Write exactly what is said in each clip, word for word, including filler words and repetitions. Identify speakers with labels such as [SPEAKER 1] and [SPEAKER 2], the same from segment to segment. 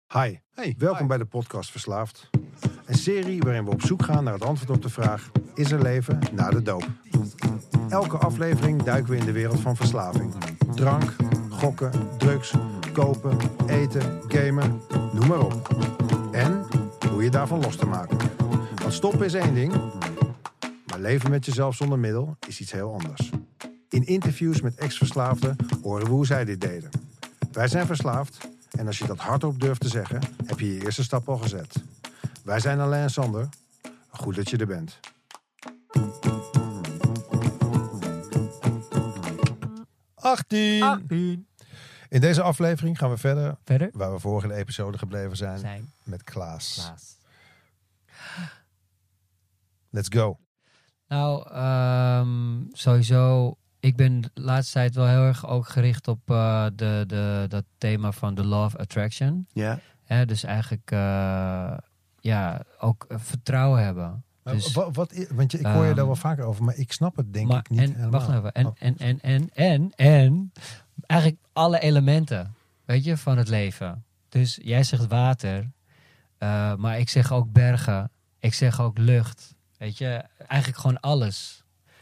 [SPEAKER 1] Hi,
[SPEAKER 2] Hey,
[SPEAKER 1] welkom
[SPEAKER 2] hi.
[SPEAKER 1] bij de podcast Verslaafd. Een serie waarin we op zoek gaan naar het antwoord op de vraag: is er leven na de doop? Elke aflevering duiken we in de wereld van verslaving. Drank, gokken, drugs, kopen, eten, gamen, noem maar op. En hoe je daarvan los te maken. Want stoppen is één ding, maar leven met jezelf zonder middel is iets heel anders. In interviews met ex-verslaafden horen we hoe zij dit deden. Wij zijn verslaafd. En als je dat hardop durft te zeggen, heb je je eerste stap al gezet. Wij zijn Alain en Sander. Goed dat je er bent. achttien.
[SPEAKER 3] achttien.
[SPEAKER 1] In deze aflevering gaan we verder,
[SPEAKER 3] Verder?
[SPEAKER 1] waar we vorige episode gebleven zijn,
[SPEAKER 3] Zijn.
[SPEAKER 1] met Klaas.
[SPEAKER 3] Klaas.
[SPEAKER 1] Let's go.
[SPEAKER 3] Nou, um, sowieso, ik ben de laatste tijd wel heel erg ook gericht op uh, de, de, dat thema van de law of attraction.
[SPEAKER 2] Ja.
[SPEAKER 3] Hè, dus eigenlijk, uh, ja, ook uh, vertrouwen hebben.
[SPEAKER 1] Maar
[SPEAKER 3] Dus,
[SPEAKER 1] wat, wat, want je, ik hoor je
[SPEAKER 3] um,
[SPEAKER 1] daar wel vaker over, maar ik snap het denk
[SPEAKER 3] maar,
[SPEAKER 1] ik niet
[SPEAKER 3] en,
[SPEAKER 1] helemaal.
[SPEAKER 3] Wacht even. En,
[SPEAKER 1] Oh.
[SPEAKER 3] en, en, en, en, en, eigenlijk alle elementen, weet je, van het leven. Dus jij zegt water, uh, maar ik zeg ook bergen. Ik zeg ook lucht. Weet je, eigenlijk gewoon alles.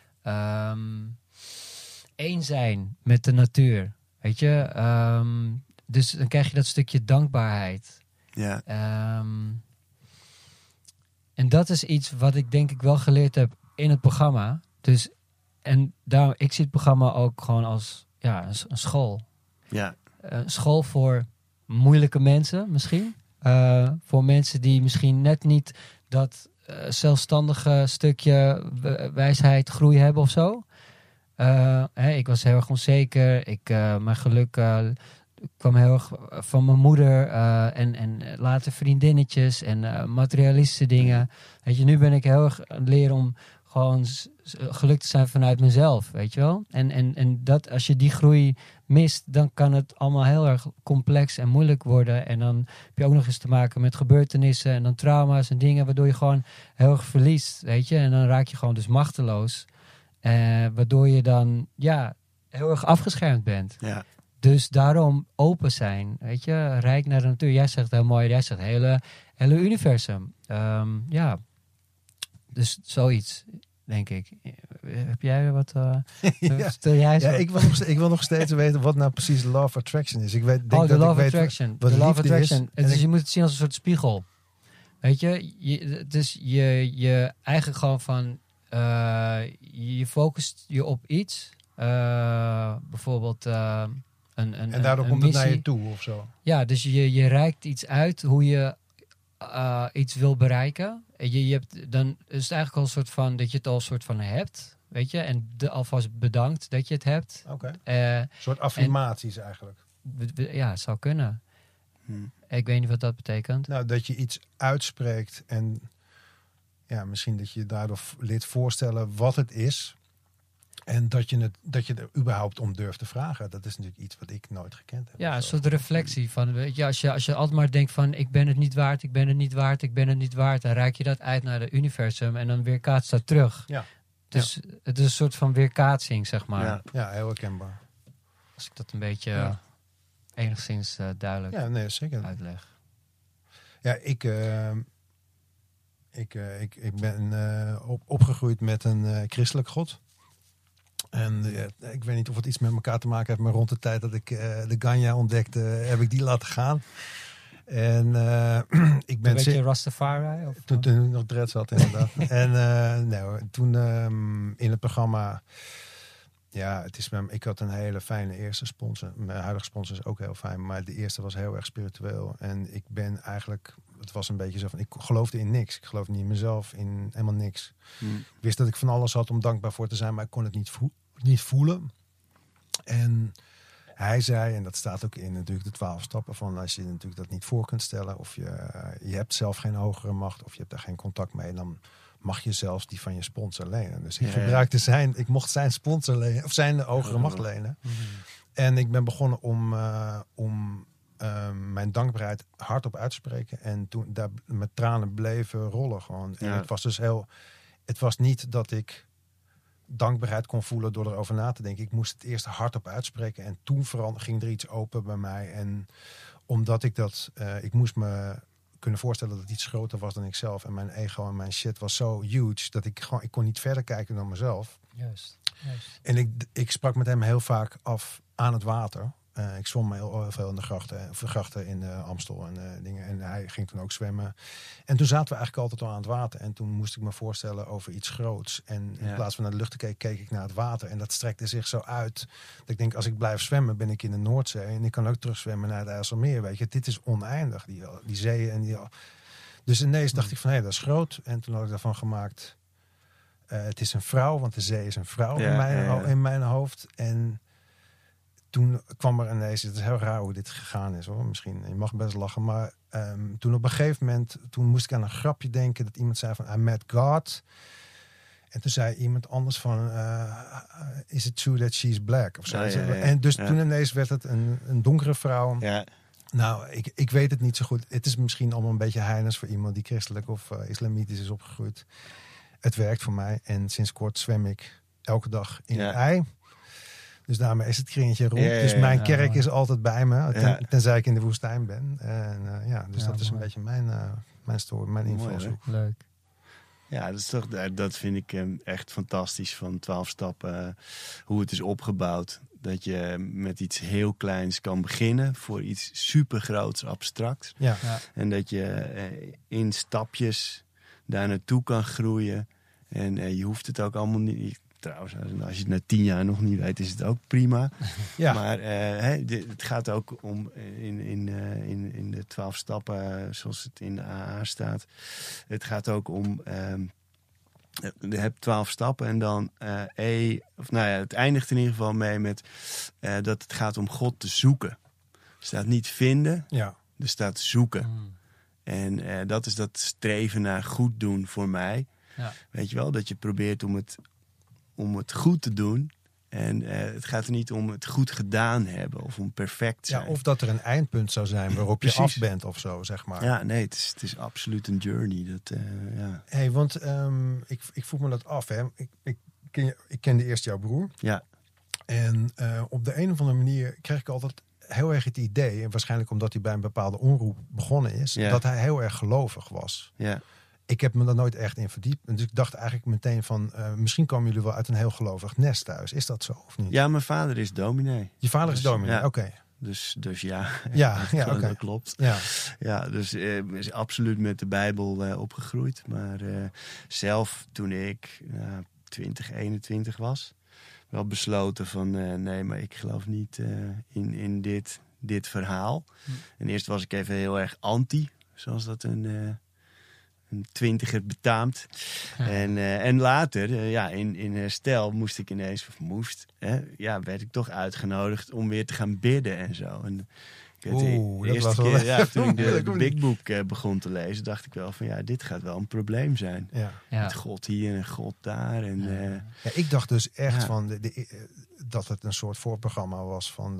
[SPEAKER 3] Um, Eén zijn met de natuur. Weet je, um, dus dan krijg je dat stukje dankbaarheid.
[SPEAKER 2] Ja.
[SPEAKER 3] Um, en dat is iets wat ik denk ik wel geleerd heb in het programma. Dus, en daarom, ik zie het programma ook gewoon als ja, een, een school.
[SPEAKER 2] Ja.
[SPEAKER 3] Een school voor moeilijke mensen misschien. Uh, voor mensen die misschien net niet dat uh, zelfstandige stukje wijsheid, groei hebben of zo. Uh, hè, ik was heel erg onzeker. Ik, uh, mijn geluk uh, kwam heel erg van mijn moeder uh, en, en later vriendinnetjes en uh, materialistische dingen. Weet je, nu ben ik heel erg aan het leren om gewoon s- geluk te zijn vanuit mezelf, weet je wel. En, en, en dat als je die groei mist, dan kan het allemaal heel erg complex en moeilijk worden. En dan heb je ook nog eens te maken met gebeurtenissen en dan trauma's en dingen, waardoor je gewoon heel erg verliest, weet je. En dan raak je gewoon dus machteloos. Uh, waardoor je dan, ja, heel erg afgeschermd bent.
[SPEAKER 2] Ja.
[SPEAKER 3] Dus daarom open zijn, weet je, rijk naar de natuur. Jij zegt heel mooi, jij zegt hele, hele universum. Um, ja, dus zoiets, denk ik. Heb jij wat? Uh,
[SPEAKER 1] ja.
[SPEAKER 3] Stel jij zo?
[SPEAKER 1] Ja, ik wil, nog, ik wil nog steeds weten wat nou precies de law of attraction is. Ik weet, denk
[SPEAKER 3] oh, de
[SPEAKER 1] dat
[SPEAKER 3] law
[SPEAKER 1] ik
[SPEAKER 3] of
[SPEAKER 1] weet
[SPEAKER 3] attraction.
[SPEAKER 1] wat
[SPEAKER 3] De law of
[SPEAKER 1] liefde is.
[SPEAKER 3] attraction.
[SPEAKER 1] En
[SPEAKER 3] Dus
[SPEAKER 1] ik-
[SPEAKER 3] je moet het zien als een soort spiegel. Weet je, je dus je, je eigenlijk gewoon van, uh, je focust je op iets. Uh, bijvoorbeeld uh, een, een
[SPEAKER 1] En daardoor
[SPEAKER 3] een,
[SPEAKER 1] komt
[SPEAKER 3] een
[SPEAKER 1] het naar je
[SPEAKER 3] missie.
[SPEAKER 1] toe of zo.
[SPEAKER 3] Ja, dus je, je reikt iets uit hoe je uh, iets wil bereiken. Je, je hebt, dan is het eigenlijk al een soort van dat je het al een soort van hebt, weet je, en de, alvast bedankt dat je het hebt.
[SPEAKER 1] Oké.
[SPEAKER 3] Uh,
[SPEAKER 1] Een soort affirmaties eigenlijk.
[SPEAKER 3] b- b- ja, het zou kunnen.
[SPEAKER 2] Hm.
[SPEAKER 3] Ik weet niet wat dat betekent.
[SPEAKER 1] Nou, dat je iets uitspreekt en ja, misschien dat je daardoor v- leert voorstellen wat het is. En dat je, het, dat je er überhaupt om durft te vragen. Dat is natuurlijk iets wat ik nooit gekend heb.
[SPEAKER 3] Ja,
[SPEAKER 1] of
[SPEAKER 3] een
[SPEAKER 1] zo.
[SPEAKER 3] soort reflectie van, weet je, als je, als je altijd maar denkt van ik ben het niet waard, ik ben het niet waard, ik ben het niet waard, dan reik je dat uit naar de universum en dan weerkaatst dat terug.
[SPEAKER 1] Ja.
[SPEAKER 3] Dus het is een soort van weerkaatsing, zeg maar.
[SPEAKER 2] Ja.
[SPEAKER 1] Ja, heel herkenbaar.
[SPEAKER 3] Als ik dat een beetje
[SPEAKER 1] Ja.
[SPEAKER 3] uh, enigszins uh, duidelijk
[SPEAKER 1] Ja, nee, zeker.
[SPEAKER 3] uitleg.
[SPEAKER 1] Ja, ik, uh, ik, uh, ik, ik ben uh, op, opgegroeid met een uh, christelijk god. En uh, ik weet niet of het iets met elkaar te maken heeft, maar rond de tijd dat ik uh, de Ganja ontdekte, heb ik die laten gaan. En uh, ik ben...
[SPEAKER 3] Een beetje
[SPEAKER 1] zi-
[SPEAKER 3] Rastafari? Of,
[SPEAKER 1] Toen, toen ik nog dreads had, inderdaad. en uh, nee, hoor, toen um, in het programma... Ja, het is, ik had een hele fijne eerste sponsor. Mijn huidige sponsor is ook heel fijn. Maar de eerste was heel erg spiritueel. En ik ben eigenlijk... Het was een beetje zo van... Ik geloofde in niks. Ik geloofde niet in mezelf. In helemaal niks.
[SPEAKER 2] Hm.
[SPEAKER 1] Ik wist dat ik van alles had om dankbaar voor te zijn. Maar ik kon het niet, vo- niet voelen. En hij zei... En dat staat ook in natuurlijk de twaalf stappen. Van als je natuurlijk dat niet voor kunt stellen. Of je, je hebt zelf geen hogere macht. Of je hebt daar geen contact mee. Dan mag je zelfs die van je sponsor lenen. Dus ik
[SPEAKER 2] Ja, ja.
[SPEAKER 1] gebruikte zijn... Ik mocht zijn sponsor lenen. Of zijn hogere macht lenen.
[SPEAKER 3] mm-hmm.
[SPEAKER 1] En ik ben begonnen om, uh, om uh, mijn dankbaarheid hardop uit te spreken. En toen daar met tranen bleven rollen gewoon. En
[SPEAKER 2] Ja.
[SPEAKER 1] het was dus heel... Het was niet dat ik dankbaarheid kon voelen door erover na te denken. Ik moest het eerst hardop uitspreken. En toen verander, ging er iets open bij mij. En Omdat ik dat... Uh, ik moest me kunnen voorstellen dat het iets groter was dan ik zelf. En mijn ego en mijn shit was zo huge... dat ik gewoon... Ik kon niet verder kijken dan mezelf.
[SPEAKER 3] Juist. Juist.
[SPEAKER 1] En ik, ik sprak met hem heel vaak af aan het water... Uh, ik zwom heel veel in de grachten, of de grachten in uh, Amstel en uh, dingen. En hij ging toen ook zwemmen. En toen zaten we eigenlijk altijd al aan het water. En toen moest ik me voorstellen over iets groots. En in ja. plaats van naar de lucht te kijken, keek ik naar het water. En dat strekte zich zo uit. Dat ik denk, als ik blijf zwemmen, ben ik in de Noordzee. En ik kan ook terugzwemmen naar het IJsselmeer. Weet je, dit is oneindig. Die, die zeeën en die... Dus ineens dacht ik van, hé, hey, dat is groot. En toen had ik daarvan gemaakt... Uh, het is een vrouw, want de zee is een vrouw ja, in, mijn, ja, ja. in mijn hoofd. En... Toen kwam er ineens, het is heel raar hoe dit gegaan is hoor, misschien, je mag best lachen, maar um, toen op een gegeven moment, toen moest ik aan een grapje denken dat iemand zei van, I met God. En toen zei iemand anders van, uh, is it true that she's black? Of zo. Ja, ja, ja. En dus ja. toen ineens werd het een, een donkere vrouw. Ja. Nou, ik, ik weet het niet zo goed. Het is misschien allemaal een beetje heidens voor iemand die christelijk of uh, islamitisch is opgegroeid. Het werkt voor mij en sinds kort zwem ik elke dag in ja. een ei. Dus daarmee is het kringetje rond. Ja, ja, ja, dus mijn kerk ja, is altijd bij me. Ten, ja. Tenzij ik in de woestijn ben. En, uh, ja, dus ja, dat is mooi. Een beetje mijn, uh, mijn story, mijn invalshoek.
[SPEAKER 3] Leuk.
[SPEAKER 2] Ja, dat, is toch, dat vind ik um, echt fantastisch van twaalf stappen. Uh, hoe het is opgebouwd. Dat je met iets heel kleins kan beginnen. Voor iets supergroots, abstracts. Ja. Ja. En dat je uh, in stapjes daar naartoe kan groeien. En uh, je hoeft het ook allemaal niet... Trouwens, als je het na tien jaar nog niet weet, is het ook prima. Ja. Maar uh, hey, dit, het gaat ook om in, in, uh, in, in de twaalf stappen, uh, zoals het in de A A staat. Het gaat ook om, um, je hebt twaalf stappen en dan uh, e, of nou ja, het eindigt in ieder geval mee met uh, dat het gaat om God te zoeken. Er staat niet vinden, ja. Er staat zoeken. Mm. En uh, dat is dat streven naar goed doen voor mij. Ja. Weet je wel, dat je probeert om het om het goed te doen. En uh, het gaat er niet om het goed gedaan hebben of om perfect zijn.
[SPEAKER 1] Ja, of dat er een eindpunt zou zijn waarop je af bent of zo, zeg maar.
[SPEAKER 2] Ja, nee, het is, het is absoluut een journey. Dat, uh, ja.
[SPEAKER 1] Hey, want um, ik, ik vroeg me dat af. Hè. Ik, ik, ken, ik kende eerst jouw broer. Ja. En uh, op de een of andere manier kreeg ik altijd heel erg het idee, en waarschijnlijk omdat hij bij een bepaalde omroep begonnen is, ja. dat hij heel erg gelovig was. Ja. Ik heb me daar nooit echt in verdiept. Dus ik dacht eigenlijk meteen van... Uh, misschien komen jullie wel uit een heel gelovig nest thuis. Is dat zo of niet?
[SPEAKER 2] Ja, mijn vader is dominee.
[SPEAKER 1] Je vader
[SPEAKER 2] dus,
[SPEAKER 1] is dominee,
[SPEAKER 2] ja.
[SPEAKER 1] oké. Okay.
[SPEAKER 2] Dus, dus ja,
[SPEAKER 1] ja, ja okay.
[SPEAKER 2] dat klopt. Ja, ja dus uh, is absoluut met de Bijbel uh, opgegroeid. Maar uh, zelf toen ik uh, twintig, eenentwintig was... wel besloten van... Uh, nee, maar ik geloof niet uh, in, in dit, dit verhaal. Hm. En eerst was ik even heel erg anti. Zoals dat een... Uh, een twintiger betaamt. Ja. En, uh, en later, uh, ja, in, in herstel moest ik ineens, of moest, hè, ja, werd ik toch uitgenodigd om weer te gaan bidden en zo. En ik
[SPEAKER 1] Oeh,
[SPEAKER 2] de eerste keer, ja, toen ik de, de Big Book uh, begon te lezen, dacht ik wel van, ja, dit gaat wel een probleem zijn. Ja. Ja. Met God hier en God daar. En,
[SPEAKER 1] ja.
[SPEAKER 2] Uh,
[SPEAKER 1] ja, ik dacht dus echt ja. van de, de, dat het een soort voorprogramma was van de...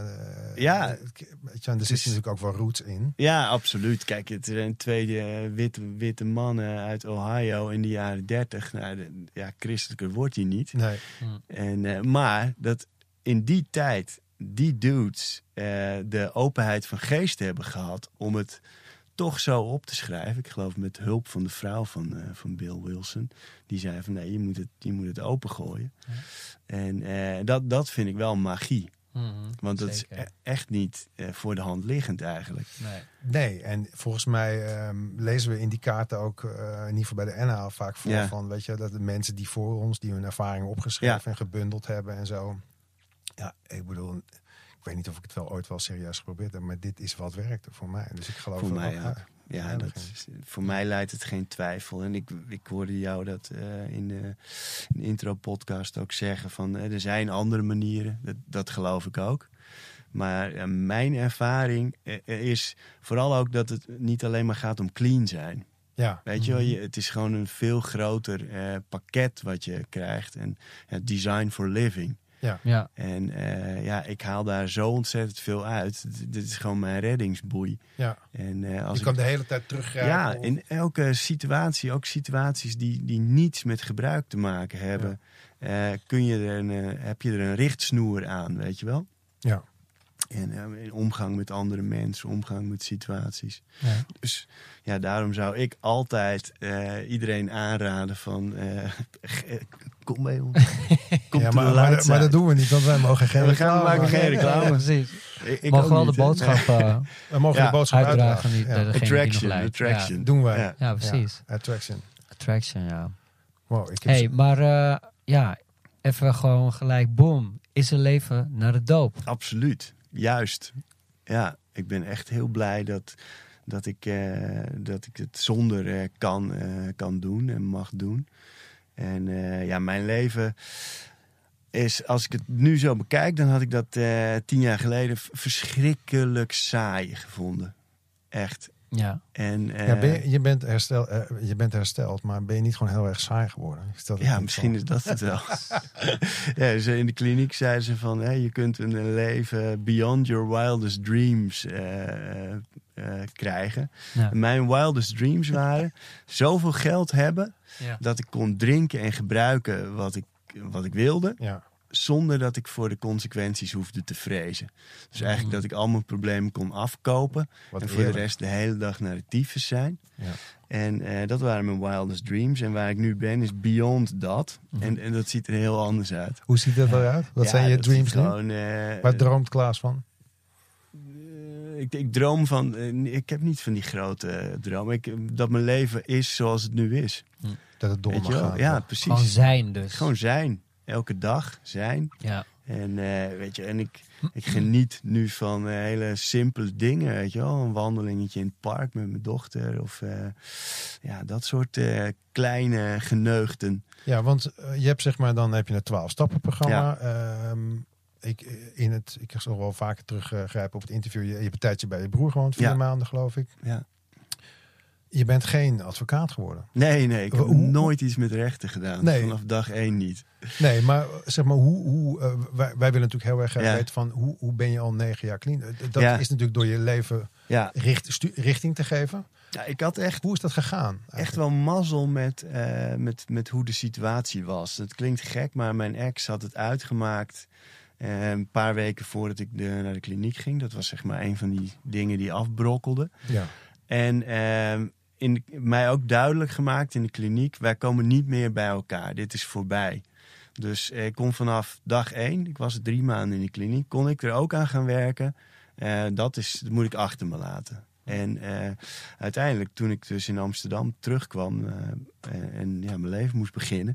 [SPEAKER 1] de
[SPEAKER 2] ja.
[SPEAKER 1] De, weet je, en er zit natuurlijk ook wel roots in.
[SPEAKER 2] Ja, absoluut. Kijk, het zijn twee uh, witte, witte mannen uit Ohio in de jaren dertig. Nou, de, ja, christelijker wordt hij niet. Nee. Hmm. En, uh, maar dat in die tijd die dudes uh, de openheid van geest hebben gehad om het toch zo op te schrijven. Ik geloof met hulp van de vrouw van, uh, van Bill Wilson. Die zei van nee, je moet het, je moet het opengooien. Ja. En uh, dat, dat vind ik wel magie. Mm-hmm, Want dat zeker. Is echt niet uh, voor de hand liggend eigenlijk.
[SPEAKER 1] Nee, nee en volgens mij um, lezen we in die kaarten ook, uh, in ieder geval bij de N H vaak voor ja. van, weet je, dat de mensen die voor ons, die hun ervaringen opgeschreven ja. en gebundeld hebben en zo. Ja, ik bedoel, ik weet niet of ik het wel ooit wel serieus geprobeerd heb, maar dit is wat werkte voor mij. Dus ik geloof
[SPEAKER 2] voor mij
[SPEAKER 1] ook.
[SPEAKER 2] Ja, ja dat is, voor mij leidt het geen twijfel. En ik, ik hoorde jou dat uh, in, de, in de intro-podcast ook zeggen van uh, er zijn andere manieren. Dat, dat geloof ik ook. Maar uh, mijn ervaring uh, is vooral ook dat het niet alleen maar gaat om clean zijn. Ja. Weet je wel, je, het is gewoon een veel groter uh, pakket wat je krijgt. En uh, design for living. Ja. Ja. En uh, ja, ik haal daar zo ontzettend veel uit. D- dit is gewoon mijn reddingsboei. Ja. En, uh, als
[SPEAKER 1] je kan
[SPEAKER 2] ik,
[SPEAKER 1] de hele tijd teruggrijpen.
[SPEAKER 2] Ja, of... in elke situatie, ook situaties die, die niets met gebruik te maken hebben, ja. uh, kun je er een, uh, heb je er een richtsnoer aan, weet je wel? Ja. En uh, in omgang met andere mensen, omgang met situaties.
[SPEAKER 3] Ja.
[SPEAKER 2] Dus ja, daarom zou ik altijd uh, iedereen aanraden van... Uh, kom bij ons. Kom
[SPEAKER 1] ja, maar, maar, maar dat doen we niet, want wij mogen geen
[SPEAKER 2] we gaan,
[SPEAKER 1] reclame.
[SPEAKER 2] We maken geen reclame.
[SPEAKER 3] Ja, precies.
[SPEAKER 2] Ik, ik
[SPEAKER 3] mogen wel
[SPEAKER 2] niet,
[SPEAKER 3] de boodschap uh,
[SPEAKER 1] we mogen
[SPEAKER 2] ja,
[SPEAKER 1] de boodschap
[SPEAKER 3] uitdragen. Niet,
[SPEAKER 1] ja.
[SPEAKER 3] uh,
[SPEAKER 2] Attraction, attraction.
[SPEAKER 1] Ja, doen wij.
[SPEAKER 2] Ja,
[SPEAKER 3] ja precies.
[SPEAKER 1] Ja, attraction.
[SPEAKER 3] Attraction, ja.
[SPEAKER 1] Wow, ik heb
[SPEAKER 3] Hey, maar uh, ja, even gewoon gelijk, boom. Is er leven na de doop?
[SPEAKER 2] Absoluut, juist. Ja, ik ben echt heel blij dat, dat, ik, uh, dat ik het zonder uh, kan, uh, kan doen en mag doen. En uh, ja, mijn leven is, als ik het nu zo bekijk, dan had ik dat uh, tien jaar geleden verschrikkelijk saai gevonden. Echt.
[SPEAKER 3] Ja.
[SPEAKER 2] En, uh,
[SPEAKER 1] ja, ben je, je, bent herstel, uh, je bent hersteld, maar ben je niet gewoon heel erg saai geworden? Is dat
[SPEAKER 2] ja, misschien is dat het wel. ja, dus in de kliniek zeiden ze van... Hey, je kunt een leven beyond your wildest dreams uh, uh, uh, krijgen.
[SPEAKER 3] Ja.
[SPEAKER 2] En mijn wildest dreams waren zoveel geld hebben...
[SPEAKER 3] Ja.
[SPEAKER 2] dat ik kon drinken en gebruiken wat ik, wat ik wilde...
[SPEAKER 1] Ja.
[SPEAKER 2] zonder dat ik voor de consequenties hoefde te vrezen. Dus eigenlijk dat ik al mijn problemen kon afkopen...
[SPEAKER 1] Wat
[SPEAKER 2] en voor
[SPEAKER 1] eerlijk.
[SPEAKER 2] de rest de hele dag naar de tyfus zijn...
[SPEAKER 1] Ja.
[SPEAKER 2] En uh, dat waren mijn wildest dreams. En waar ik nu ben is beyond dat. Mm-hmm. En, en dat ziet er heel anders uit.
[SPEAKER 1] Hoe ziet dat eruit? Wat
[SPEAKER 2] ja,
[SPEAKER 1] zijn je dreams nu?
[SPEAKER 2] Gewoon, uh,
[SPEAKER 1] Waar droomt Klaas van?
[SPEAKER 2] Uh, ik, ik droom van... Uh, ik heb niet van die grote uh, dromen. Ik, dat mijn leven is zoals het nu is.
[SPEAKER 1] Dat het door
[SPEAKER 2] Weet
[SPEAKER 1] mag
[SPEAKER 2] je wel?
[SPEAKER 1] gaan.
[SPEAKER 2] Ja,
[SPEAKER 1] toch?
[SPEAKER 2] precies.
[SPEAKER 3] Gewoon zijn dus.
[SPEAKER 2] Gewoon zijn. Elke dag zijn.
[SPEAKER 3] Ja.
[SPEAKER 2] En, uh, weet je, en ik, ik geniet nu van uh, hele simpele dingen. Weet je wel? Een wandelingetje in het park met mijn dochter. Of uh, ja, dat soort uh, kleine geneugten.
[SPEAKER 1] Ja, want uh, je hebt zeg maar, dan heb je een twaalf stappen programma.
[SPEAKER 2] Ja.
[SPEAKER 1] Um, ik, in het, ik zal wel vaker teruggrijpen op het interview. Je, je hebt een tijdje bij je broer gewoond, vier
[SPEAKER 2] Ja.
[SPEAKER 1] maanden geloof ik.
[SPEAKER 2] Ja.
[SPEAKER 1] Je bent geen advocaat geworden.
[SPEAKER 2] Nee, nee, ik heb
[SPEAKER 1] Hoe-
[SPEAKER 2] nooit iets met rechten gedaan.
[SPEAKER 1] Nee.
[SPEAKER 2] Vanaf dag één niet.
[SPEAKER 1] Nee, maar zeg maar, hoe, hoe, uh, wij, wij willen natuurlijk heel erg graag
[SPEAKER 2] Ja.
[SPEAKER 1] weten van hoe, hoe ben je al negen jaar clean? Uh, Dat
[SPEAKER 2] Ja.
[SPEAKER 1] is natuurlijk door je leven
[SPEAKER 2] Ja.
[SPEAKER 1] richt, stu- richting te geven.
[SPEAKER 2] ja, ik had echt,
[SPEAKER 1] Hoe is dat gegaan?
[SPEAKER 2] echt
[SPEAKER 1] eigenlijk?
[SPEAKER 2] wel mazzel met, uh, met, met hoe de situatie was. Het klinkt gek, maar mijn ex had het uitgemaakt... Uh, een paar weken voordat ik de, naar de kliniek ging. Dat was zeg maar een van die dingen die afbrokkelden.
[SPEAKER 1] Ja.
[SPEAKER 2] En uh, in de, mij ook duidelijk gemaakt in de kliniek... wij komen niet meer bij elkaar. Dit is voorbij. Dus uh, ik kon vanaf dag één, ik was drie maanden in de kliniek... kon ik er ook aan gaan werken. Uh, dat, is, dat moet ik achter me laten. En uh, uiteindelijk, toen ik dus in Amsterdam terugkwam... Uh, en, en ja, mijn leven moest beginnen...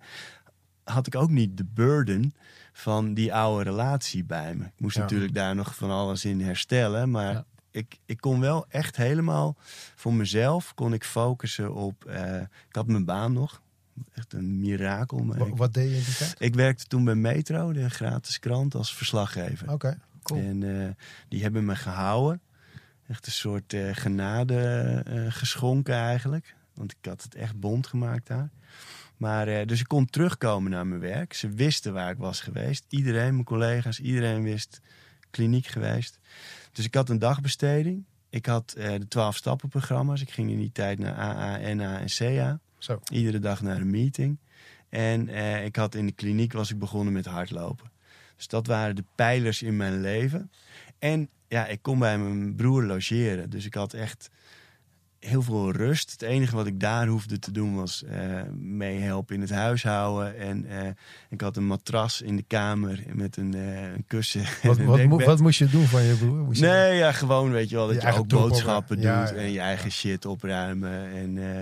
[SPEAKER 2] had ik ook niet de burden van die oude relatie bij me. Ik moest
[SPEAKER 1] Ja.
[SPEAKER 2] natuurlijk daar nog van alles in herstellen. Maar
[SPEAKER 3] Ja.
[SPEAKER 2] ik, ik kon wel echt helemaal voor mezelf kon ik focussen op... Uh, ik had mijn baan nog. Echt een mirakel. Maar
[SPEAKER 1] Wa-
[SPEAKER 2] ik,
[SPEAKER 1] Wat deed je in die tijd?
[SPEAKER 2] ik werkte toen bij Metro, de gratis krant, als verslaggever.
[SPEAKER 1] Oké.
[SPEAKER 3] Cool.
[SPEAKER 2] En uh, die hebben me gehouden. Echt een soort uh, genade uh, geschonken eigenlijk. Want ik had het echt bond gemaakt daar. Maar, uh, dus ik kon terugkomen naar mijn werk. Ze wisten waar ik was geweest. Iedereen, mijn collega's, iedereen wist. Kliniek geweest. Dus ik had een dagbesteding. Ik had uh, de twaalf stappen programma's. Ik ging in die tijd naar A A, N A en C A.
[SPEAKER 1] Zo.
[SPEAKER 2] Iedere dag naar een meeting. En uh, ik had in de kliniek was ik begonnen met hardlopen. Dus dat waren de pijlers in mijn leven. En ja, ik kon bij mijn broer logeren. Dus ik had echt heel veel rust. Het enige wat ik daar hoefde te doen was uh, meehelpen in het huishouden. En uh, ik had een matras in de kamer met een, uh, een kussen.
[SPEAKER 1] Wat,
[SPEAKER 2] en een
[SPEAKER 1] wat, mo-
[SPEAKER 2] dekbed.
[SPEAKER 1] wat moest je doen van je broer? Moest je-
[SPEAKER 2] Nee, ja, gewoon weet je wel dat
[SPEAKER 1] Je
[SPEAKER 2] je,
[SPEAKER 1] eigen
[SPEAKER 2] ook
[SPEAKER 1] troep
[SPEAKER 2] boodschappen
[SPEAKER 1] opruimen.
[SPEAKER 2] doet
[SPEAKER 1] Ja, ja,
[SPEAKER 2] en je
[SPEAKER 1] ja.
[SPEAKER 2] eigen shit opruimen. En, uh,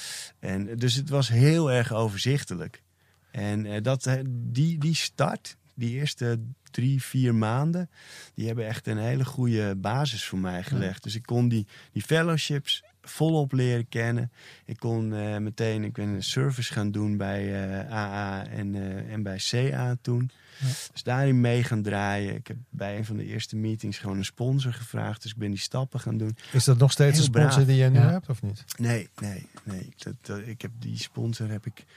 [SPEAKER 2] en, dus het was heel erg overzichtelijk. En uh, dat, uh, die, die start, die eerste drie, vier maanden, die hebben echt een hele goede basis voor mij gelegd. Dus ik kon die, die fellowships volop leren kennen. Ik kon uh, meteen ik ben een service gaan doen bij uh, A A en, uh, en bij C A toen.
[SPEAKER 3] Ja.
[SPEAKER 2] Dus daarin mee gaan draaien. Ik heb bij een van de eerste meetings gewoon een sponsor gevraagd. Dus ik ben die stappen gaan doen.
[SPEAKER 1] Is dat nog steeds
[SPEAKER 2] Heel
[SPEAKER 1] de sponsor
[SPEAKER 2] braaf.
[SPEAKER 1] die je nu
[SPEAKER 3] Ja.
[SPEAKER 1] hebt of niet?
[SPEAKER 2] Nee, nee, nee. Dat, dat, ik heb die sponsor heb ik,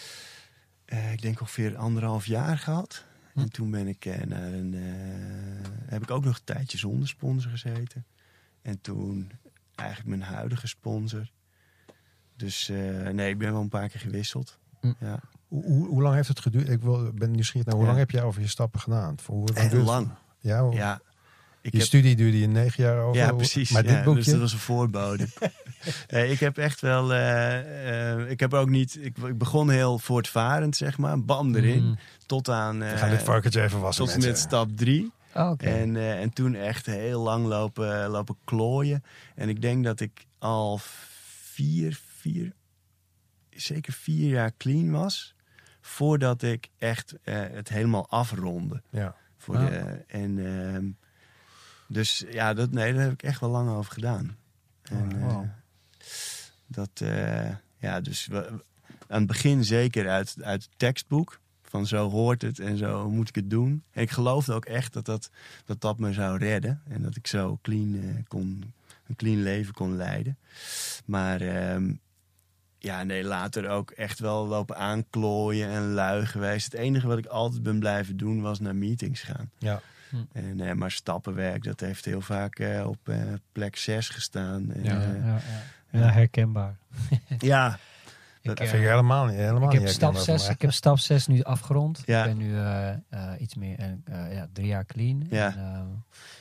[SPEAKER 2] uh, ik denk ongeveer anderhalf jaar gehad.
[SPEAKER 3] Hm.
[SPEAKER 2] En toen ben ik uh, naar een, uh, heb ik ook nog een tijdje zonder sponsor gezeten. En toen eigenlijk mijn huidige sponsor. Dus uh, nee, ik ben wel een paar keer gewisseld.
[SPEAKER 3] Hm.
[SPEAKER 2] Ja.
[SPEAKER 1] Hoe, hoe, hoe lang heeft het geduurd? Ik wil, ben nieuwsgierig naar hoe
[SPEAKER 2] Ja.
[SPEAKER 1] lang heb jij over je stappen gedaan? Voor hoe lang
[SPEAKER 2] Heel
[SPEAKER 1] duurt het?
[SPEAKER 2] lang.
[SPEAKER 1] Ja, hoe-
[SPEAKER 2] Ja, ik
[SPEAKER 1] Die
[SPEAKER 2] heb,
[SPEAKER 1] studie duurde je negen jaar over.
[SPEAKER 2] ja, precies.
[SPEAKER 1] Maar dit
[SPEAKER 2] ja,
[SPEAKER 1] boekje...
[SPEAKER 2] Dus dat was een voorbode. nee, ik heb echt wel... Uh, uh, ik heb ook niet... Ik, ik begon heel voortvarend, zeg maar. Bam erin.
[SPEAKER 3] Mm.
[SPEAKER 2] Tot aan... Uh,
[SPEAKER 1] We gaan dit varkentje even wassen,
[SPEAKER 2] tot en met
[SPEAKER 1] mensen.
[SPEAKER 2] stap drie.
[SPEAKER 3] Oh, okay.
[SPEAKER 2] En, uh, en toen echt heel lang lopen, lopen klooien. En ik denk dat ik al vier, vier... Zeker vier jaar clean was. Voordat ik echt uh, het helemaal afronde.
[SPEAKER 1] Ja.
[SPEAKER 2] Voor
[SPEAKER 3] Ah.
[SPEAKER 2] de, en, uh, dus ja, dat, nee, daar heb ik echt wel lang over gedaan. En,
[SPEAKER 3] Oh, wow.
[SPEAKER 2] uh, dat, uh, ja, dus we, aan het begin zeker uit, uit het tekstboek. Van zo hoort het en zo moet ik het doen. En ik geloofde ook echt dat dat, dat, dat me zou redden. En dat ik zo clean, uh, kon, een clean leven kon leiden. Maar... Uh, Ja, nee, later ook echt wel lopen aanklooien en lui geweest. Het enige wat ik altijd ben blijven doen was naar meetings gaan.
[SPEAKER 1] Ja.
[SPEAKER 3] Hm.
[SPEAKER 2] En, uh, maar stappenwerk, dat heeft heel vaak uh, op uh, plek zes gestaan. En,
[SPEAKER 3] Ja,
[SPEAKER 2] uh,
[SPEAKER 3] ja, ja. ja, herkenbaar.
[SPEAKER 2] ja,
[SPEAKER 1] Dat
[SPEAKER 3] Ik,
[SPEAKER 1] vind ik
[SPEAKER 3] uh,
[SPEAKER 1] helemaal niet. Helemaal
[SPEAKER 3] ik,
[SPEAKER 1] niet
[SPEAKER 3] heb stap
[SPEAKER 1] herkenbaar
[SPEAKER 3] zes,
[SPEAKER 1] voor
[SPEAKER 3] ik heb stap zes nu afgerond.
[SPEAKER 2] Ja.
[SPEAKER 3] Ik ben nu uh, uh, iets meer, uh, ja, drie jaar clean.
[SPEAKER 2] Ja.
[SPEAKER 3] En,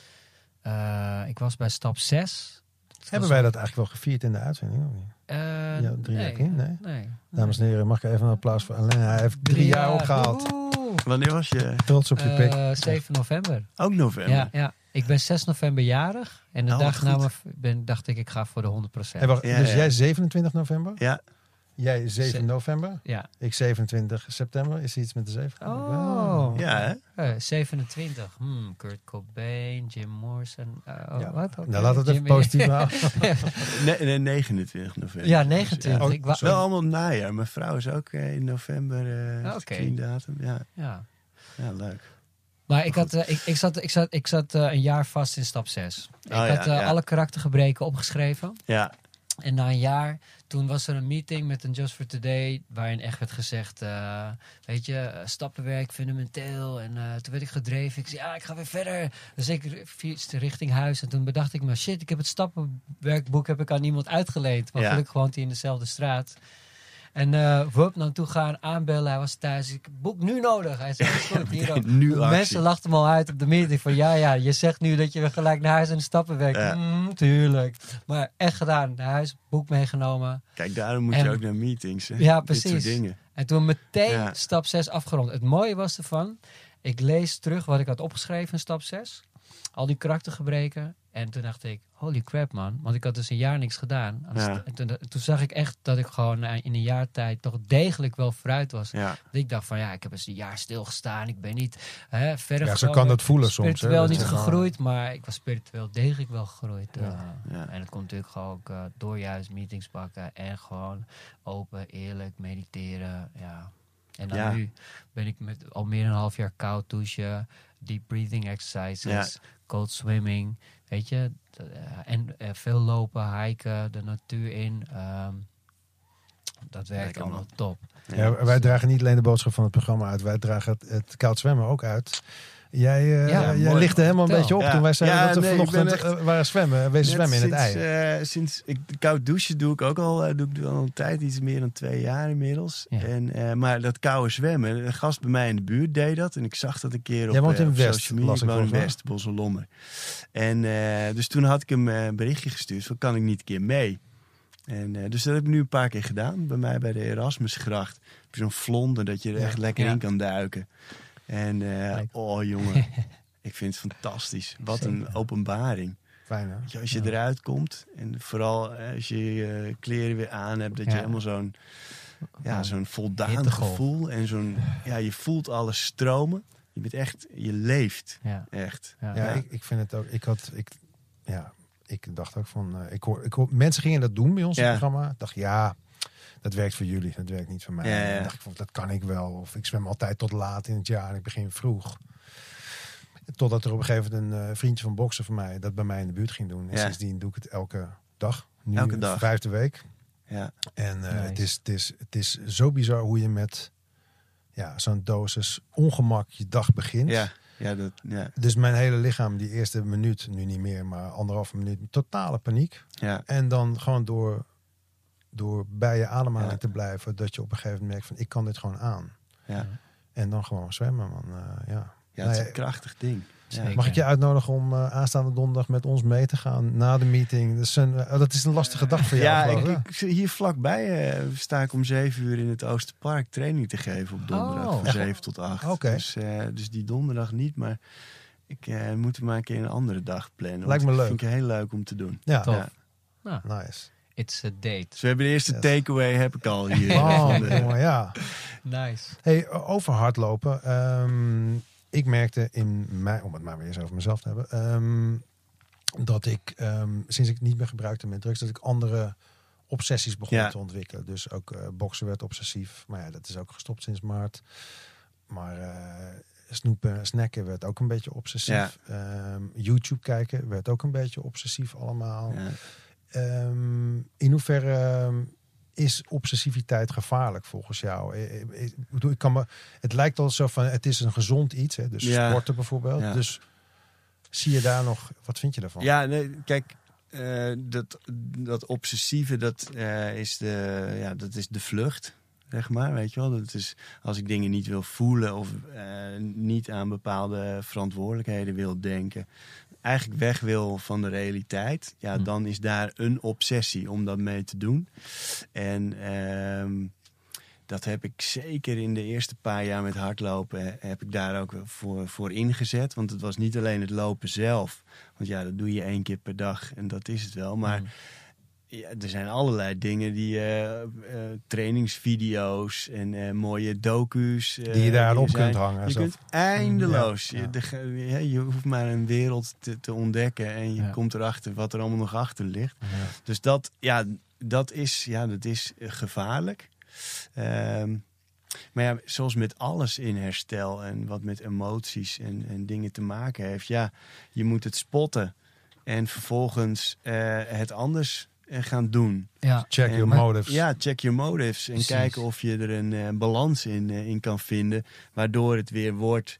[SPEAKER 3] uh, uh, ik was bij stap zes.
[SPEAKER 1] mij. Hebben wij dat eigenlijk wel gevierd in de uitzending? Of niet?
[SPEAKER 3] Uh,
[SPEAKER 1] Ja, drie
[SPEAKER 3] nee,
[SPEAKER 1] jaar clean? Nee.
[SPEAKER 3] nee.
[SPEAKER 1] Dames en heren, mag ik even een applaus voor Alain? Hij heeft drie, drie jaar opgehaald.
[SPEAKER 3] Oeh.
[SPEAKER 2] Wanneer was je?
[SPEAKER 1] Trots op je
[SPEAKER 3] Uh,
[SPEAKER 1] pik.
[SPEAKER 3] zeven november.
[SPEAKER 2] Ook november.
[SPEAKER 3] Ja, ja, ik ben zes november jarig. En de
[SPEAKER 2] Oh,
[SPEAKER 3] dag
[SPEAKER 2] wat
[SPEAKER 3] na
[SPEAKER 2] goed.
[SPEAKER 3] me ben, dacht ik, ik ga voor de honderd procent.
[SPEAKER 1] Hey, wacht,
[SPEAKER 2] Ja,
[SPEAKER 1] dus
[SPEAKER 2] ja.
[SPEAKER 1] jij zevenentwintig november?
[SPEAKER 2] Ja,
[SPEAKER 1] Jij zeven
[SPEAKER 3] Ze-
[SPEAKER 1] november?
[SPEAKER 3] Ja.
[SPEAKER 1] Ik zevenentwintig september. Is er iets met de zeven?
[SPEAKER 3] Oh.
[SPEAKER 2] ja hè?
[SPEAKER 3] Uh, zevenentwintig. Hmm, Kurt Cobain, Jim Morrison. Uh, oh,
[SPEAKER 1] Ja.
[SPEAKER 3] wat? Okay.
[SPEAKER 1] Nou, laat het even
[SPEAKER 3] Jimmy-
[SPEAKER 1] positief houden.
[SPEAKER 2] Nee, nee, negenentwintig november.
[SPEAKER 3] Ja, negenentwintig.
[SPEAKER 1] Oh,
[SPEAKER 3] Ik wa-
[SPEAKER 2] Wel allemaal najaar. Mijn vrouw is ook uh, in november uh,
[SPEAKER 3] Ah, oké.
[SPEAKER 2] clean datum. Ja,
[SPEAKER 3] ja.
[SPEAKER 2] ja, leuk.
[SPEAKER 3] Maar ik, had, uh, ik, ik zat, ik zat, ik zat uh, een jaar vast in stap zes. Ik
[SPEAKER 2] Oh, ja,
[SPEAKER 3] had uh,
[SPEAKER 2] ja.
[SPEAKER 3] alle karaktergebreken opgeschreven.
[SPEAKER 2] Ja,
[SPEAKER 3] En na een jaar, toen was er een meeting met een Just for Today, waarin echt werd gezegd, uh, weet je, uh, stappenwerk fundamenteel. En uh, toen werd ik gedreven. Ik zei, ja, ik ga weer verder. Dus ik fietste richting huis. En toen bedacht ik me, shit, ik heb het stappenwerkboek heb ik aan iemand uitgeleend. Maar
[SPEAKER 2] Ja.
[SPEAKER 3] gelukkig woont hij in dezelfde straat. En uh, wup, naartoe gaan, aanbellen. Hij was thuis. Ik heb het boek nu nodig. Hij zei, is goed, hier ook.
[SPEAKER 2] nu
[SPEAKER 3] De
[SPEAKER 2] actie.
[SPEAKER 3] mensen lachten me al uit op de meeting. Van ja, ja, je zegt nu dat je weer gelijk naar huis en de stappenwerk.
[SPEAKER 2] Ja.
[SPEAKER 3] Mm, tuurlijk. Maar echt gedaan. Naar huis, boek meegenomen.
[SPEAKER 2] Kijk, daarom moet
[SPEAKER 3] En-
[SPEAKER 2] je ook naar meetings. Hè?
[SPEAKER 3] Ja,
[SPEAKER 2] Dit soort
[SPEAKER 3] precies.
[SPEAKER 2] dingen.
[SPEAKER 3] En toen meteen
[SPEAKER 2] Ja.
[SPEAKER 3] stap zes afgerond. Het mooie was ervan, ik lees terug wat ik had opgeschreven in stap zes. Al die karaktergebreken. En toen dacht ik, holy crap man. Want ik had dus een jaar niks gedaan. Aan de
[SPEAKER 2] Ja.
[SPEAKER 3] sta- En toen, toen zag ik echt dat ik gewoon uh, in een jaar tijd toch degelijk wel vooruit was.
[SPEAKER 2] Ja.
[SPEAKER 3] Dat ik dacht van ja, ik heb eens een jaar stilgestaan. Ik ben niet hè, verder
[SPEAKER 1] Ja, zo
[SPEAKER 3] gekomen.
[SPEAKER 1] kan dat voelen soms. hè,
[SPEAKER 3] Spiritueel
[SPEAKER 1] dat
[SPEAKER 3] niet
[SPEAKER 1] je gewoon-
[SPEAKER 3] gegroeid, maar ik was spiritueel degelijk wel gegroeid.
[SPEAKER 1] Ja.
[SPEAKER 3] Uh,
[SPEAKER 2] Ja.
[SPEAKER 3] En het komt natuurlijk gewoon ook uh, door juist meetings pakken en gewoon open, eerlijk mediteren. Ja. En dan
[SPEAKER 2] Ja.
[SPEAKER 3] nu ben ik met al meer dan een half jaar koud douchen, deep breathing exercises, cold swimming, weet je. D- uh, en uh, veel lopen, hiken, de natuur in. Um, dat werkt
[SPEAKER 2] Lekker,
[SPEAKER 3] allemaal
[SPEAKER 2] man.
[SPEAKER 3] top.
[SPEAKER 1] Ja, wij dragen niet alleen de boodschap van het programma uit. Wij dragen het, het koud zwemmen ook uit. Jij, uh,
[SPEAKER 3] Ja,
[SPEAKER 1] jij
[SPEAKER 2] mooi,
[SPEAKER 1] lichtte helemaal een
[SPEAKER 3] Vertel.
[SPEAKER 1] beetje op
[SPEAKER 2] Ja.
[SPEAKER 1] toen wij zeiden
[SPEAKER 2] Ja,
[SPEAKER 1] dat we
[SPEAKER 2] nee, ik
[SPEAKER 1] vanochtend
[SPEAKER 2] ben echt-
[SPEAKER 1] uh, waren zwemmen. Wezen
[SPEAKER 2] Net
[SPEAKER 1] zwemmen in het
[SPEAKER 2] sinds,
[SPEAKER 1] ei.
[SPEAKER 2] eh, sinds ik koud douchen doe ik ook al, uh, doe ik al een tijd, iets meer dan twee jaar inmiddels.
[SPEAKER 3] Ja.
[SPEAKER 2] En, uh, maar dat koude zwemmen, een gast bij mij in de buurt deed dat. En ik zag dat een keer op,
[SPEAKER 1] Jij woont
[SPEAKER 2] uh,
[SPEAKER 1] in
[SPEAKER 2] op
[SPEAKER 1] West,
[SPEAKER 2] social media.
[SPEAKER 1] las
[SPEAKER 2] Ik
[SPEAKER 1] ik
[SPEAKER 2] woon in
[SPEAKER 1] volgens mij.
[SPEAKER 2] West, Bos en Lommer. En uh, dus toen had ik hem uh, een berichtje gestuurd van kan ik niet een keer mee? En, uh, dus dat heb ik nu een paar keer gedaan. Bij mij bij de Erasmusgracht. Heb je zo'n vlonder dat je er
[SPEAKER 1] Ja.
[SPEAKER 2] echt lekker
[SPEAKER 3] Ja.
[SPEAKER 2] in kan duiken. En uh,
[SPEAKER 3] Leuk.
[SPEAKER 2] oh jongen, ik vind het fantastisch. Wat een
[SPEAKER 3] Zeker.
[SPEAKER 2] openbaring.
[SPEAKER 1] Fijn hè?
[SPEAKER 2] Weet je, als je
[SPEAKER 3] Ja.
[SPEAKER 2] eruit komt en vooral eh, als je je kleren weer aan hebt, dat je
[SPEAKER 3] Ja.
[SPEAKER 2] helemaal zo'n ja, zo'n voldaan
[SPEAKER 3] Hittegolf.
[SPEAKER 2] gevoel en zo'n ja, je voelt alles stromen. Je bent echt, je leeft
[SPEAKER 3] Ja.
[SPEAKER 2] echt.
[SPEAKER 3] Ja.
[SPEAKER 1] Ja, ik, ik vind het ook. Ik had, ik, ja, ik dacht ook van. Uh, ik hoor, ik hoor, mensen gingen dat doen bij ons in
[SPEAKER 2] Ja.
[SPEAKER 1] het programma. Ik dacht, ja, dat werkt voor jullie, dat werkt niet voor mij.
[SPEAKER 2] Ja, ja.
[SPEAKER 1] En dan dacht ik van, dat kan ik wel. Of ik zwem altijd tot laat in het jaar en ik begin vroeg. Totdat er op een gegeven moment een uh, vriendje van boksen van mij dat bij mij in de buurt ging doen. En
[SPEAKER 2] Ja.
[SPEAKER 1] sindsdien doe ik het elke dag. Nu
[SPEAKER 2] Elke dag.
[SPEAKER 1] de vijfde week.
[SPEAKER 2] Ja,
[SPEAKER 1] En uh,
[SPEAKER 3] Nice.
[SPEAKER 1] het, is, het, is, het is zo bizar hoe je met ja, zo'n dosis ongemak je dag begint.
[SPEAKER 2] ja, ja, dat, ja,
[SPEAKER 1] Dus mijn hele lichaam, die eerste minuut, nu niet meer, maar anderhalve minuut, totale paniek.
[SPEAKER 2] ja,
[SPEAKER 1] En dan gewoon door, door bij je ademhaling
[SPEAKER 2] Ja.
[SPEAKER 1] te blijven, dat je op een gegeven moment merkt van, ik kan dit gewoon aan.
[SPEAKER 2] ja.
[SPEAKER 1] En dan gewoon zwemmen, man. Uh, ja.
[SPEAKER 2] Ja, het is
[SPEAKER 1] Nee,
[SPEAKER 2] een krachtig ding.
[SPEAKER 3] Zeker.
[SPEAKER 1] Mag ik je uitnodigen om uh, aanstaande donderdag met ons mee te gaan na de meeting? Dat is een, uh, dat is een lastige dag voor jou,
[SPEAKER 2] Ja,
[SPEAKER 1] geloof
[SPEAKER 2] ik,
[SPEAKER 1] ik.
[SPEAKER 2] ik, hier vlakbij uh, sta ik om zeven uur in het Oosterpark training te geven op donderdag.
[SPEAKER 3] Oh.
[SPEAKER 2] Van zeven tot acht.
[SPEAKER 1] Oké. Okay.
[SPEAKER 2] Dus, uh, dus die donderdag niet, maar ik uh, moet maar een keer een andere dag plannen.
[SPEAKER 1] Lijkt me leuk.
[SPEAKER 2] Vind ik heel leuk om te doen.
[SPEAKER 1] Ja.
[SPEAKER 3] Tof.
[SPEAKER 2] Ja.
[SPEAKER 3] Nou,
[SPEAKER 1] Nice.
[SPEAKER 3] it's a date.
[SPEAKER 2] Dus we hebben de eerste
[SPEAKER 1] Yes.
[SPEAKER 2] takeaway heb ik al hier.
[SPEAKER 1] Oh,
[SPEAKER 2] de,
[SPEAKER 1] jongen, ja.
[SPEAKER 3] Nice.
[SPEAKER 1] Hey, over hardlopen. Um, ik merkte in mij, om het maar weer eens over mezelf te hebben, um, dat ik, um, sinds ik niet meer gebruikte met drugs, dat ik andere obsessies begon
[SPEAKER 2] ja.
[SPEAKER 1] te ontwikkelen. Dus ook uh, boksen werd obsessief. Maar ja, dat is ook gestopt sinds maart. Maar uh, snoepen, snacken werd ook een beetje obsessief. Ja. Um, YouTube kijken werd ook een beetje obsessief allemaal.
[SPEAKER 2] Ja.
[SPEAKER 1] Um, in hoeverre um, is obsessiviteit gevaarlijk volgens jou? Ik, ik, ik kan me, het lijkt al zo van, het is een gezond iets. Hè? Dus
[SPEAKER 2] ja.
[SPEAKER 1] sporten bijvoorbeeld. Ja. Dus zie je daar nog, wat vind je daarvan?
[SPEAKER 2] Ja, nee, kijk, uh, dat, dat obsessieve, dat, uh, is de, ja, dat is de vlucht. Zeg maar, weet je wel. Dat is als ik dingen niet wil voelen of uh, niet aan bepaalde verantwoordelijkheden wil denken, eigenlijk weg wil van de realiteit, ja, dan is daar een obsessie om dat mee te doen. En uh, dat heb ik zeker in de eerste paar jaar met hardlopen, heb ik daar ook voor, voor ingezet. Want het was niet alleen het lopen zelf. Want ja, dat doe je één keer per dag en dat is het wel. Maar mm. ja, er zijn allerlei dingen die uh, uh, trainingsvideo's en uh, mooie docu's uh,
[SPEAKER 1] die je daarop kunt hangen.
[SPEAKER 2] Je
[SPEAKER 1] zo.
[SPEAKER 2] kunt eindeloos.
[SPEAKER 1] Ja, ja.
[SPEAKER 2] Je, de, je hoeft maar een wereld te, te ontdekken en je ja. komt erachter wat er allemaal nog achter ligt. Ja. Dus dat, ja, dat is, ja, dat is gevaarlijk. Um, maar ja, zoals met alles in herstel en wat met emoties en, en dingen te maken heeft, ja, je moet het spotten en vervolgens uh, het anders gaan doen.
[SPEAKER 1] Ja. Check
[SPEAKER 2] en,
[SPEAKER 1] your
[SPEAKER 2] maar,
[SPEAKER 1] motives.
[SPEAKER 2] Ja, check your motives. En Precies. kijken of je er een uh, balans in, uh, in kan vinden. Waardoor het weer wordt.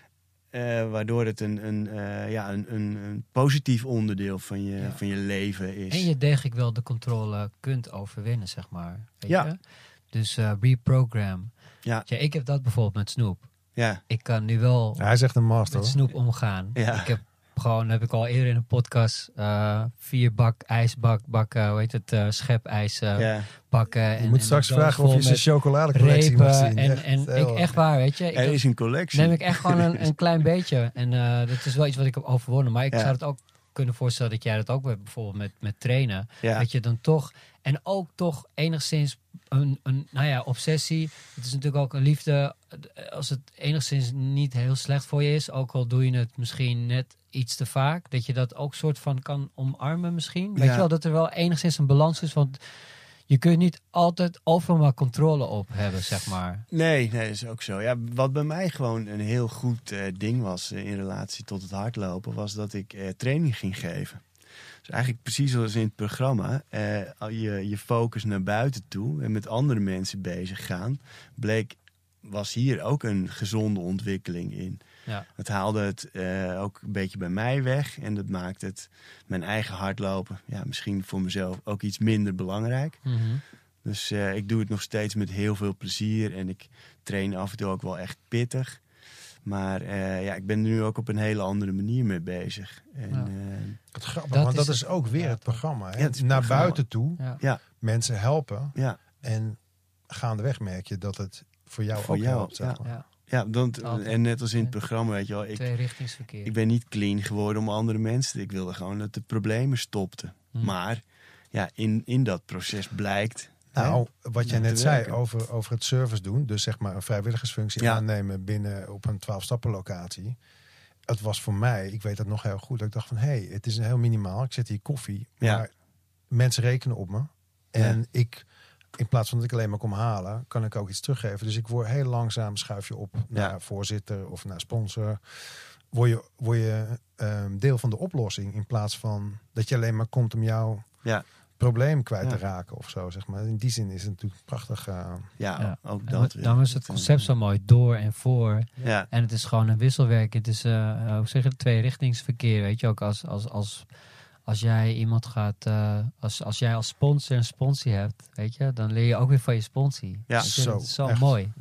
[SPEAKER 2] Uh, waardoor het een, een, uh, ja, een, een, een positief onderdeel van je, ja. van je leven is.
[SPEAKER 3] En je degelijk wel de controle kunt overwinnen, zeg maar. Weet
[SPEAKER 2] ja.
[SPEAKER 3] je? Dus uh, reprogram.
[SPEAKER 2] Ja.
[SPEAKER 3] Ja, ik heb dat bijvoorbeeld met snoep.
[SPEAKER 2] Ja.
[SPEAKER 3] Ik kan nu wel
[SPEAKER 1] ja, hij zegt een master,
[SPEAKER 3] met snoep omgaan.
[SPEAKER 2] Ja.
[SPEAKER 3] Ik heb gewoon, heb ik al eerder in een podcast, uh, vier bak ijsbak bakken, hoe heet het, uh, schepijs uh,
[SPEAKER 2] ja.
[SPEAKER 3] bakken.
[SPEAKER 1] Je
[SPEAKER 3] en,
[SPEAKER 1] moet
[SPEAKER 3] en
[SPEAKER 1] straks vragen of je zijn chocoladecollectie mag zien.
[SPEAKER 3] En, en ik echt waar, weet je. Ik
[SPEAKER 2] er is een collectie.
[SPEAKER 3] Neem ik echt gewoon een, een klein beetje. En uh, dat is wel iets wat ik heb overwonnen. Maar ik ja. zou het ook kunnen voorstellen dat jij dat ook hebt, bijvoorbeeld met, met trainen. Ja. Dat je dan toch, en ook toch enigszins een, een, nou ja, obsessie. Het is natuurlijk ook een liefde, als het enigszins niet heel slecht voor je is, ook al doe je het misschien net iets te vaak, dat je dat ook soort van kan omarmen misschien. Weet ja. je wel, dat er wel enigszins een balans is, want je kunt niet altijd overal maar controle op hebben, zeg maar.
[SPEAKER 2] Nee, nee, dat is ook zo. Ja, wat bij mij gewoon een heel goed uh, ding was uh, in relatie tot het hardlopen, was dat ik uh, training ging geven. Dus eigenlijk precies zoals in het programma, uh, je, je focus naar buiten toe en met andere mensen bezig gaan, bleek, was hier ook een gezonde ontwikkeling in. Ja. Het haalde het uh, ook een beetje bij mij weg. En dat maakt het mijn eigen hardlopen, ja, misschien voor mezelf ook iets minder belangrijk. Mm-hmm. Dus uh, ik doe het nog steeds met heel veel plezier. En ik train af en toe ook wel echt pittig. Maar uh, ja, ik ben er nu ook op een hele andere manier mee bezig. En,
[SPEAKER 1] ja.
[SPEAKER 2] uh,
[SPEAKER 1] Wat grappig, dat want dat is, is ook weer ja, het programma. Hè? Ja, het Naar programma. buiten toe,
[SPEAKER 3] ja.
[SPEAKER 2] Ja.
[SPEAKER 1] mensen helpen.
[SPEAKER 2] Ja.
[SPEAKER 1] En gaandeweg merk je dat het voor jou
[SPEAKER 2] voor
[SPEAKER 1] ook
[SPEAKER 2] jou,
[SPEAKER 1] helpt. Zeg
[SPEAKER 2] ja.
[SPEAKER 1] maar.
[SPEAKER 3] Ja.
[SPEAKER 2] Ja, dan, en net als in het programma, weet je wel. Ik,
[SPEAKER 3] Tweerichtingsverkeer.
[SPEAKER 2] Ik ben niet clean geworden om andere mensen. Ik wilde gewoon dat de problemen stopten. Hmm. Maar ja, in, in dat proces blijkt.
[SPEAKER 1] Nou,
[SPEAKER 2] hè,
[SPEAKER 1] wat jij net zei over, over het service doen. Dus zeg maar een vrijwilligersfunctie ja. aannemen binnen op een twaalf-stappen locatie. Het was voor mij, ik weet dat nog heel goed. Dat ik dacht van, hé, hey, het is heel minimaal. Ik zet hier koffie. Maar ja. mensen rekenen op me. En ja. ik... In plaats van dat ik alleen maar kom halen, kan ik ook iets teruggeven. Dus ik word heel langzaam, schuif je op naar ja. voorzitter of naar sponsor. Word je, word je um, deel van de oplossing in plaats van dat je alleen maar komt om jouw
[SPEAKER 2] ja.
[SPEAKER 1] probleem kwijt
[SPEAKER 2] ja.
[SPEAKER 1] te raken of zo. Zeg maar. In die zin is het natuurlijk prachtig. Uh,
[SPEAKER 2] ja,
[SPEAKER 3] ja,
[SPEAKER 2] ook dat.
[SPEAKER 3] Dan is het concept zo mooi, door en voor.
[SPEAKER 2] Ja.
[SPEAKER 3] En het is gewoon een wisselwerk. Het is, uh, hoe zeg je, tweerichtingsverkeer. Weet je ook, als... als, als Als jij iemand gaat, uh, als, als jij als sponsor een sponsie hebt, weet je, dan leer je ook weer van je sponsie.
[SPEAKER 2] Ja,
[SPEAKER 3] je,
[SPEAKER 1] zo,
[SPEAKER 3] dat is zo
[SPEAKER 1] echt.
[SPEAKER 3] mooi.
[SPEAKER 1] Ja.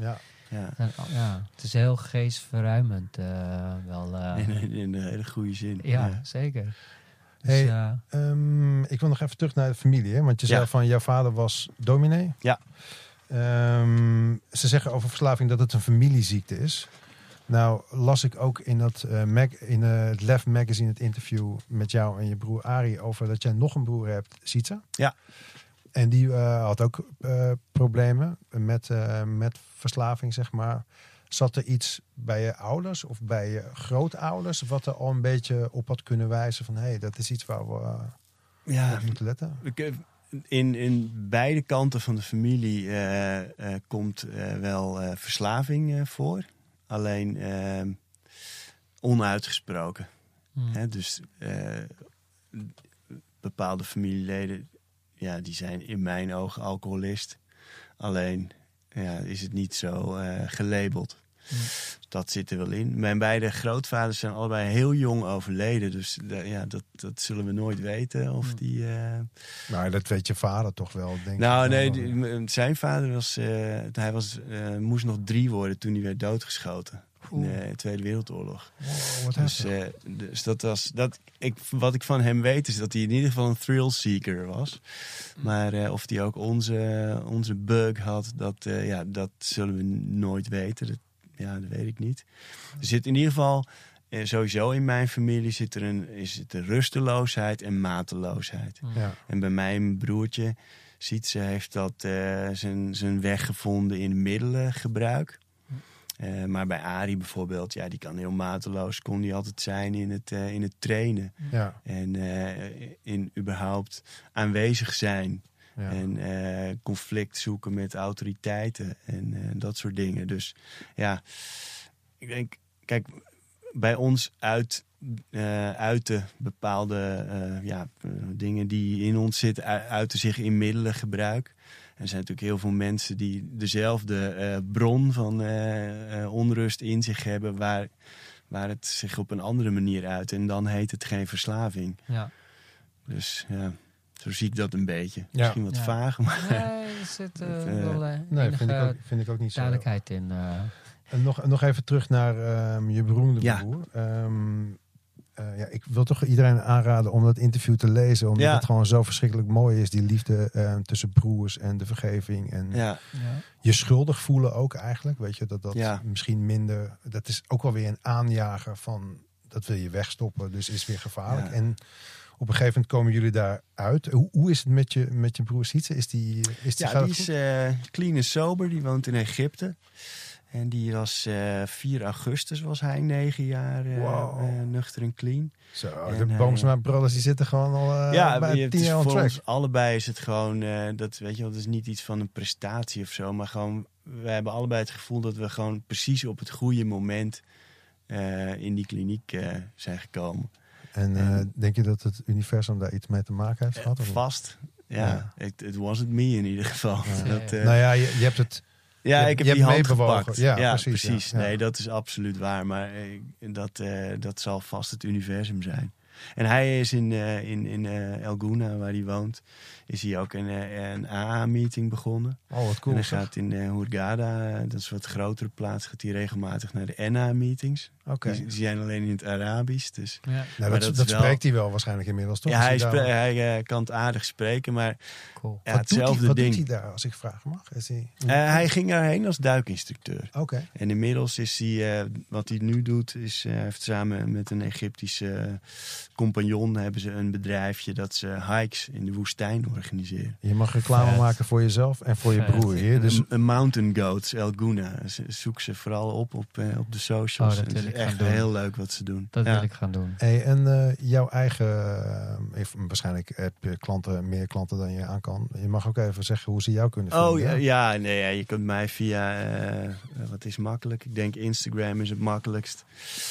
[SPEAKER 2] Ja.
[SPEAKER 3] En, oh, ja, het is heel geestverruimend. Uh, wel, uh,
[SPEAKER 2] in, in een hele goede zin.
[SPEAKER 3] Ja,
[SPEAKER 2] ja.
[SPEAKER 3] zeker. Dus,
[SPEAKER 1] Hey,
[SPEAKER 3] uh,
[SPEAKER 1] um, ik wil nog even terug naar de familie. Hè? Want je
[SPEAKER 2] ja.
[SPEAKER 1] zei van, jouw vader was dominee.
[SPEAKER 2] Ja.
[SPEAKER 1] Um, ze zeggen over verslaving dat het een familieziekte is. Nou las ik ook in, dat, uh, mag, in uh, het Lef magazine het interview met jou en je broer Arie over dat jij nog een broer hebt, Sietsa.
[SPEAKER 2] Ja.
[SPEAKER 1] En die uh, had ook uh, problemen met, uh, met verslaving, zeg maar. Zat er iets bij je ouders of bij je grootouders wat er al een beetje op had kunnen wijzen van hé, hey, dat is iets waar we uh,
[SPEAKER 2] ja.
[SPEAKER 1] op moeten letten?
[SPEAKER 2] In, in beide kanten van de familie uh, uh, komt uh, wel uh, verslaving uh, voor. Alleen uh, onuitgesproken.
[SPEAKER 3] Hmm.
[SPEAKER 2] Hè, dus uh, bepaalde familieleden, ja, die zijn in mijn ogen alcoholist. Alleen ja, is het niet zo uh, gelabeld. Hmm. Dat zit er wel in. Mijn beide grootvaders zijn allebei heel jong overleden. Dus uh, ja, dat, dat zullen we nooit weten. Of die, uh...
[SPEAKER 1] Nou, dat weet je vader toch wel, denk ik.
[SPEAKER 2] Nou, nee, die, zijn vader was, uh, hij was, uh, moest nog drie worden toen hij werd doodgeschoten. In de Tweede Wereldoorlog.
[SPEAKER 1] Wow, wat
[SPEAKER 2] dus, uh, dus dat was. Dat, ik, wat ik van hem weet is dat hij in ieder geval een thrill-seeker was. Mm. Maar uh, of hij ook onze, onze bug had, dat, uh, ja, dat zullen we nooit weten. Dat, ja, dat weet ik niet. Er zit in ieder geval, uh, sowieso in mijn familie, zit er een, is het een rusteloosheid en mateloosheid.
[SPEAKER 1] Ja.
[SPEAKER 2] En bij mij, mijn broertje, Sietse, heeft dat uh, zijn, zijn weg gevonden in middelengebruik. Uh, maar bij Arie bijvoorbeeld, ja, die kan heel mateloos, kon die altijd zijn in het, uh, in het trainen.
[SPEAKER 1] Ja.
[SPEAKER 2] En uh, in überhaupt aanwezig zijn.
[SPEAKER 1] Ja.
[SPEAKER 2] En uh, conflict zoeken met autoriteiten en uh, dat soort dingen. Dus ja, ik denk, kijk, bij ons uit, uh, uiten bepaalde uh, ja, uh, dingen die in ons zitten, uiten zich in middelengebruik. Er zijn natuurlijk heel veel mensen die dezelfde uh, bron van uh, uh, onrust in zich hebben, waar, waar het zich op een andere manier uit. En dan heet het geen verslaving.
[SPEAKER 3] Ja.
[SPEAKER 2] Dus ja, zo zie ik dat een beetje.
[SPEAKER 1] Ja.
[SPEAKER 2] Misschien wat
[SPEAKER 3] ja.
[SPEAKER 2] vaag, maar...
[SPEAKER 3] Nee, er zit uh,
[SPEAKER 2] het, uh,
[SPEAKER 3] wel uh,
[SPEAKER 1] nee, vind ik, ook, vind ik ook niet zo.
[SPEAKER 3] duidelijkheid in. Uh.
[SPEAKER 1] En nog, nog even terug naar um, je beroemde
[SPEAKER 2] Ja.
[SPEAKER 1] broer. Um, Uh, ja, ik wil toch iedereen aanraden om dat interview te lezen. Omdat
[SPEAKER 2] ja.
[SPEAKER 1] het gewoon zo verschrikkelijk mooi is. Die liefde uh, tussen broers en de vergeving. En
[SPEAKER 2] ja.
[SPEAKER 3] Ja.
[SPEAKER 1] je schuldig voelen ook eigenlijk. Weet je, dat dat
[SPEAKER 2] Ja.
[SPEAKER 1] misschien minder... Dat is ook wel weer een aanjager van... Dat wil je wegstoppen, dus is weer gevaarlijk.
[SPEAKER 2] Ja.
[SPEAKER 1] En op een gegeven moment komen jullie daar uit. Hoe, hoe is het met je, met je broer Sietse? Is die, is die,
[SPEAKER 2] Ja, die is uh, clean en sober. Die woont in Egypte. En die was uh, vier augustus was hij negen jaar uh,
[SPEAKER 1] wow.
[SPEAKER 2] uh, nuchter en clean.
[SPEAKER 1] Zo,
[SPEAKER 2] en,
[SPEAKER 1] de
[SPEAKER 2] uh,
[SPEAKER 1] Boomsma Brothers die zitten gewoon al uh,
[SPEAKER 2] ja,
[SPEAKER 1] bij
[SPEAKER 2] je,
[SPEAKER 1] tien
[SPEAKER 2] het is
[SPEAKER 1] jaar on
[SPEAKER 2] voor
[SPEAKER 1] track.
[SPEAKER 2] ons allebei is het gewoon, uh, dat weet je wel, dat is niet iets van een prestatie of zo, maar gewoon, wij hebben allebei het gevoel dat we gewoon precies op het goede moment uh, in die kliniek uh, zijn gekomen.
[SPEAKER 1] En uh, en denk je dat het universum daar iets mee te maken heeft gehad?
[SPEAKER 2] Uh, vast, ja. Het ja. wasn't me in ieder geval.
[SPEAKER 1] Ja.
[SPEAKER 2] Dat, uh,
[SPEAKER 1] nou ja, je, je hebt het...
[SPEAKER 2] Ja,
[SPEAKER 1] je,
[SPEAKER 2] ik heb
[SPEAKER 1] je
[SPEAKER 2] die
[SPEAKER 1] hebt
[SPEAKER 2] hand gepakt.
[SPEAKER 1] Ja,
[SPEAKER 2] ja,
[SPEAKER 1] precies.
[SPEAKER 2] precies.
[SPEAKER 1] Ja, ja.
[SPEAKER 2] Nee, dat is absoluut waar. Maar uh, dat, uh, dat zal vast het universum zijn. En hij is in, uh, in, in uh, El Gouna, waar hij woont, is hij ook een, uh, een A A-meeting begonnen.
[SPEAKER 1] Oh, wat cool.
[SPEAKER 2] En hij gaat in uh, Hurghada, dat is een wat grotere plaats, gaat hij regelmatig naar de N A-meetings.
[SPEAKER 1] Okay.
[SPEAKER 2] Die, die zijn alleen in het Arabisch. Dus.
[SPEAKER 3] Ja.
[SPEAKER 1] Nou, dat
[SPEAKER 2] dat,
[SPEAKER 1] dat
[SPEAKER 2] wel...
[SPEAKER 1] spreekt hij wel waarschijnlijk inmiddels, toch?
[SPEAKER 2] Ja, hij,
[SPEAKER 1] hij,
[SPEAKER 2] spre-
[SPEAKER 1] daar...
[SPEAKER 2] hij uh, kan het aardig spreken, maar
[SPEAKER 3] cool.
[SPEAKER 2] ja,
[SPEAKER 1] wat
[SPEAKER 2] hetzelfde
[SPEAKER 1] doet hij, wat
[SPEAKER 2] ding.
[SPEAKER 1] doet hij daar, als ik vragen mag? Is hij...
[SPEAKER 2] Uh, hij ging daarheen als duikinstructeur.
[SPEAKER 1] Oké. Okay.
[SPEAKER 2] En inmiddels is hij, uh, wat hij nu doet, is uh, heeft samen met een Egyptische uh, compagnon hebben ze een bedrijfje dat ze hikes in de woestijn organiseren.
[SPEAKER 1] Je mag reclame
[SPEAKER 3] Vet.
[SPEAKER 1] maken voor jezelf en voor je
[SPEAKER 3] Vet.
[SPEAKER 1] broer hier. Dus...
[SPEAKER 2] Een, een Mountain Goats, El Gouna. Ze, zoek ze vooral op op, uh, op de socials.
[SPEAKER 3] Oh, dat
[SPEAKER 2] het
[SPEAKER 3] wil
[SPEAKER 2] is
[SPEAKER 3] ik
[SPEAKER 2] echt
[SPEAKER 3] gaan doen.
[SPEAKER 2] heel leuk wat ze doen.
[SPEAKER 3] Dat
[SPEAKER 2] ja.
[SPEAKER 3] wil ik gaan doen.
[SPEAKER 1] Hey, en uh, jouw eigen, uh, even, waarschijnlijk heb je klanten, meer klanten dan je aan kan. Je mag ook even zeggen hoe ze jou kunnen vinden.
[SPEAKER 2] Oh ja, ja, nee, ja, je kunt mij via, uh, wat is makkelijk? Ik denk Instagram is het makkelijkst.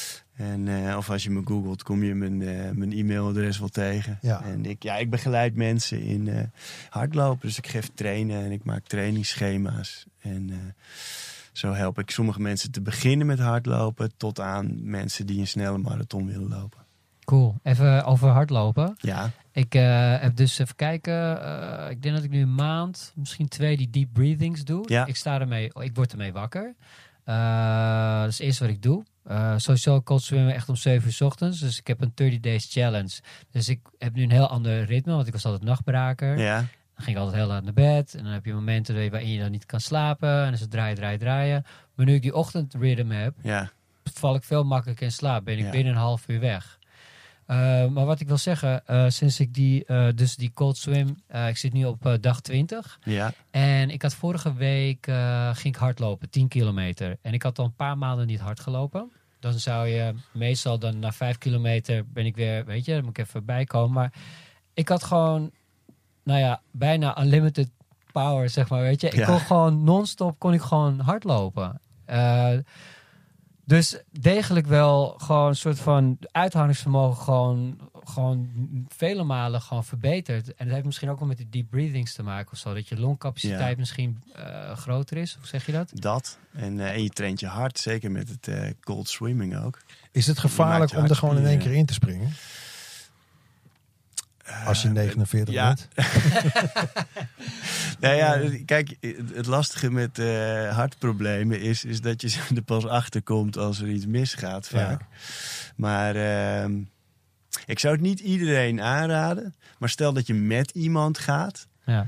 [SPEAKER 2] En, uh, of als je me googelt, kom je mijn, uh, mijn e-mailadres wel tegen.
[SPEAKER 1] Ja.
[SPEAKER 2] En ik, ja, ik begeleid mensen in uh, hardlopen. Dus ik geef trainen en ik maak trainingsschema's. En uh, zo help ik sommige mensen te beginnen met hardlopen, tot aan mensen die een snelle marathon willen lopen.
[SPEAKER 3] Cool. Even over hardlopen.
[SPEAKER 2] Ja.
[SPEAKER 3] Ik uh, heb dus even kijken. Uh, ik denk dat ik nu een maand, misschien twee, die deep breathings doe.
[SPEAKER 2] Ja.
[SPEAKER 3] Ik sta ermee, ik word ermee wakker. Uh, dat is het eerste wat ik doe. Uh, sowieso cold zwemmen echt om zeven uur 's ochtends. Dus ik heb een dertig days challenge. Dus ik heb nu een heel ander ritme, want ik was altijd nachtbraker.
[SPEAKER 2] Ja.
[SPEAKER 3] Dan ging ik altijd heel laat naar bed. En dan heb je momenten waarin je dan niet kan slapen. En dan is het draaien, draaien, draaien. Maar nu ik die ochtendritme heb,
[SPEAKER 2] Ja.
[SPEAKER 3] val ik veel makkelijker in slaap. Ben ik
[SPEAKER 2] Ja.
[SPEAKER 3] binnen een half uur weg. Uh, maar wat ik wil zeggen, uh, sinds ik die, uh, dus die cold swim, uh, ik zit nu op uh, dag twintig.
[SPEAKER 2] Ja.
[SPEAKER 3] En ik had vorige week, uh, ging ik hardlopen, tien kilometer. En ik had al een paar maanden niet hard gelopen. Dan zou je meestal dan na vijf kilometer ben ik weer, weet je, dan moet ik even bijkomen. Maar ik had gewoon, nou ja, bijna unlimited power, zeg maar, weet je. Ik
[SPEAKER 2] Ja.
[SPEAKER 3] kon gewoon non-stop, kon ik gewoon hardlopen. Uh, dus degelijk wel gewoon een soort van uithoudingsvermogen gewoon, gewoon vele malen gewoon verbeterd. En dat heeft misschien ook wel met de deep breathings te maken of zo. Dat je longcapaciteit
[SPEAKER 2] Ja.
[SPEAKER 3] misschien uh, groter is. Hoe zeg je dat?
[SPEAKER 2] Dat. En, uh, en je traint je hart, zeker met het uh, cold swimming ook.
[SPEAKER 1] Is het gevaarlijk
[SPEAKER 2] je
[SPEAKER 1] om er gewoon in één keer
[SPEAKER 2] hartspieren.
[SPEAKER 1] in te springen? Als je negenenveertig
[SPEAKER 2] ja.
[SPEAKER 1] bent.
[SPEAKER 2] Nou ja, kijk, het lastige met uh, hartproblemen is, is dat je er pas achter komt als er iets misgaat vaak.
[SPEAKER 1] Ja.
[SPEAKER 2] Maar uh, ik zou het niet iedereen aanraden. Maar stel dat je met iemand gaat,
[SPEAKER 3] Ja.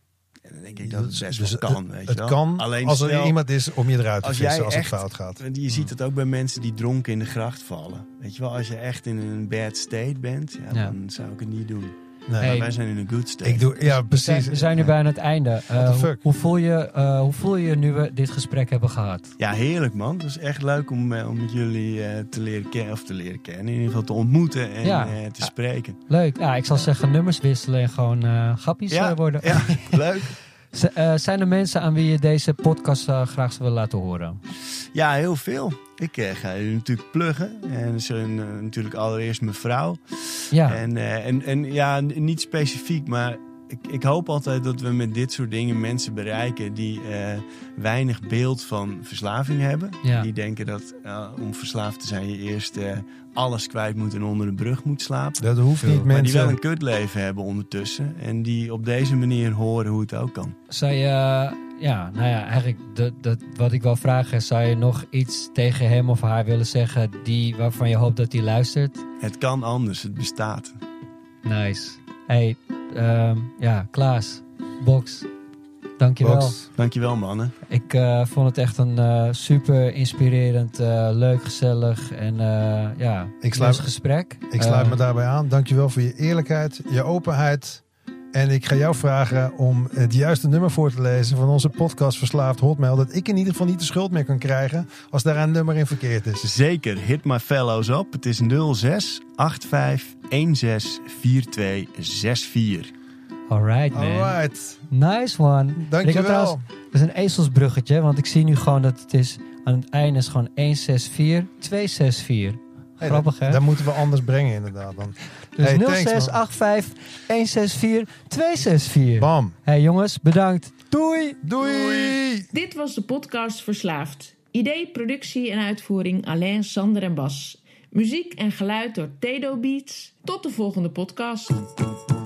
[SPEAKER 2] dan denk ik dat het best
[SPEAKER 1] Dus
[SPEAKER 2] wel kan. Weet
[SPEAKER 1] het
[SPEAKER 2] je wel.
[SPEAKER 1] kan
[SPEAKER 2] Alleen
[SPEAKER 1] als er
[SPEAKER 2] stel,
[SPEAKER 1] iemand is om je eruit te
[SPEAKER 2] als
[SPEAKER 1] vissen
[SPEAKER 2] jij
[SPEAKER 1] als
[SPEAKER 2] echt,
[SPEAKER 1] het fout gaat.
[SPEAKER 2] Je ziet het ook bij mensen die dronken in de gracht vallen. Weet je wel, als je echt in een bad state bent, ja,
[SPEAKER 3] Ja.
[SPEAKER 2] dan zou ik het niet doen.
[SPEAKER 1] Nee.
[SPEAKER 3] Hey,
[SPEAKER 2] Maar wij zijn in een good state.
[SPEAKER 1] Ik doe, ja,
[SPEAKER 3] We zijn,
[SPEAKER 1] precies.
[SPEAKER 3] we zijn nu bijna het einde. Uh,
[SPEAKER 1] What the fuck?
[SPEAKER 3] hoe, hoe, voel je, uh, hoe voel je nu we dit gesprek hebben gehad?
[SPEAKER 2] Ja, heerlijk man. Het is echt leuk om, uh, om met jullie uh, te leren kennen, of te leren kennen, in ieder geval te ontmoeten en
[SPEAKER 3] Ja.
[SPEAKER 2] uh, te spreken.
[SPEAKER 3] Leuk. Ja, ik zal zeggen nummers wisselen en gewoon uh, grappies
[SPEAKER 2] Ja,
[SPEAKER 3] uh, worden.
[SPEAKER 2] ja, leuk.
[SPEAKER 3] Z- uh, zijn er mensen aan wie je deze podcast uh, graag zou willen laten horen?
[SPEAKER 2] Ja, heel veel. Ik uh, ga jullie natuurlijk pluggen. En dat is een, uh, natuurlijk allereerst mijn vrouw.
[SPEAKER 3] Ja,
[SPEAKER 2] En, uh, en, en ja, n- niet specifiek, maar ik, ik hoop altijd dat we met dit soort dingen mensen bereiken die uh, weinig beeld van verslaving hebben.
[SPEAKER 3] Ja.
[SPEAKER 2] Die denken dat uh, om verslaafd te zijn je eerst uh, alles kwijt moet en onder een brug moet slapen.
[SPEAKER 1] Dat hoeft niet,
[SPEAKER 2] Maar die wel
[SPEAKER 1] mensen.
[SPEAKER 2] een kutleven hebben ondertussen. En die op deze manier horen hoe het ook kan.
[SPEAKER 3] zou je, uh, ja, nou ja, eigenlijk dat, dat, wat ik wil vragen is, zou je nog iets tegen hem of haar willen zeggen die, waarvan je hoopt dat hij luistert?
[SPEAKER 2] Het kan anders, het bestaat.
[SPEAKER 3] Nice. Hey, um, ja, Klaas, Box, dankjewel.
[SPEAKER 1] Box.
[SPEAKER 2] Dankjewel mannen.
[SPEAKER 3] Ik uh, vond het echt een uh, super inspirerend, uh, leuk, gezellig en uh, ja,
[SPEAKER 1] Ik sluit-
[SPEAKER 3] leuk gesprek.
[SPEAKER 1] Ik sluit
[SPEAKER 3] Uh,
[SPEAKER 1] me daarbij aan. Dankjewel voor je eerlijkheid, je openheid. En ik ga jou vragen om het juiste nummer voor te lezen van onze podcast Verslaafd Hotmail. Dat ik in ieder geval niet de schuld meer kan krijgen als daar een nummer in verkeerd is.
[SPEAKER 2] Zeker, hit my fellows op. Het is nul zes acht vijf een zes vier twee zes vier.
[SPEAKER 3] Alright, man.
[SPEAKER 1] Alright.
[SPEAKER 3] Nice one. Ik had
[SPEAKER 1] Dankjewel.
[SPEAKER 3] trouwens- Dat is een ezelsbruggetje, want ik zie nu gewoon dat het is aan het einde is gewoon een zes vier twee zes vier.
[SPEAKER 1] Hey,
[SPEAKER 3] Grappig,
[SPEAKER 1] dat,
[SPEAKER 3] hè?
[SPEAKER 1] dat moeten we anders brengen inderdaad dan.
[SPEAKER 3] Dus
[SPEAKER 1] Hey,
[SPEAKER 3] nul
[SPEAKER 1] thanks,
[SPEAKER 3] zes
[SPEAKER 1] man.
[SPEAKER 3] acht vijf een zes vier twee zes vier.
[SPEAKER 1] Bam.
[SPEAKER 3] Hey jongens, bedankt. Doei!
[SPEAKER 1] Doei.
[SPEAKER 4] Dit was de podcast Verslaafd. Idee, productie en uitvoering Alain, Sander en Bas. Muziek en geluid door Tedo Beats. Tot de volgende podcast.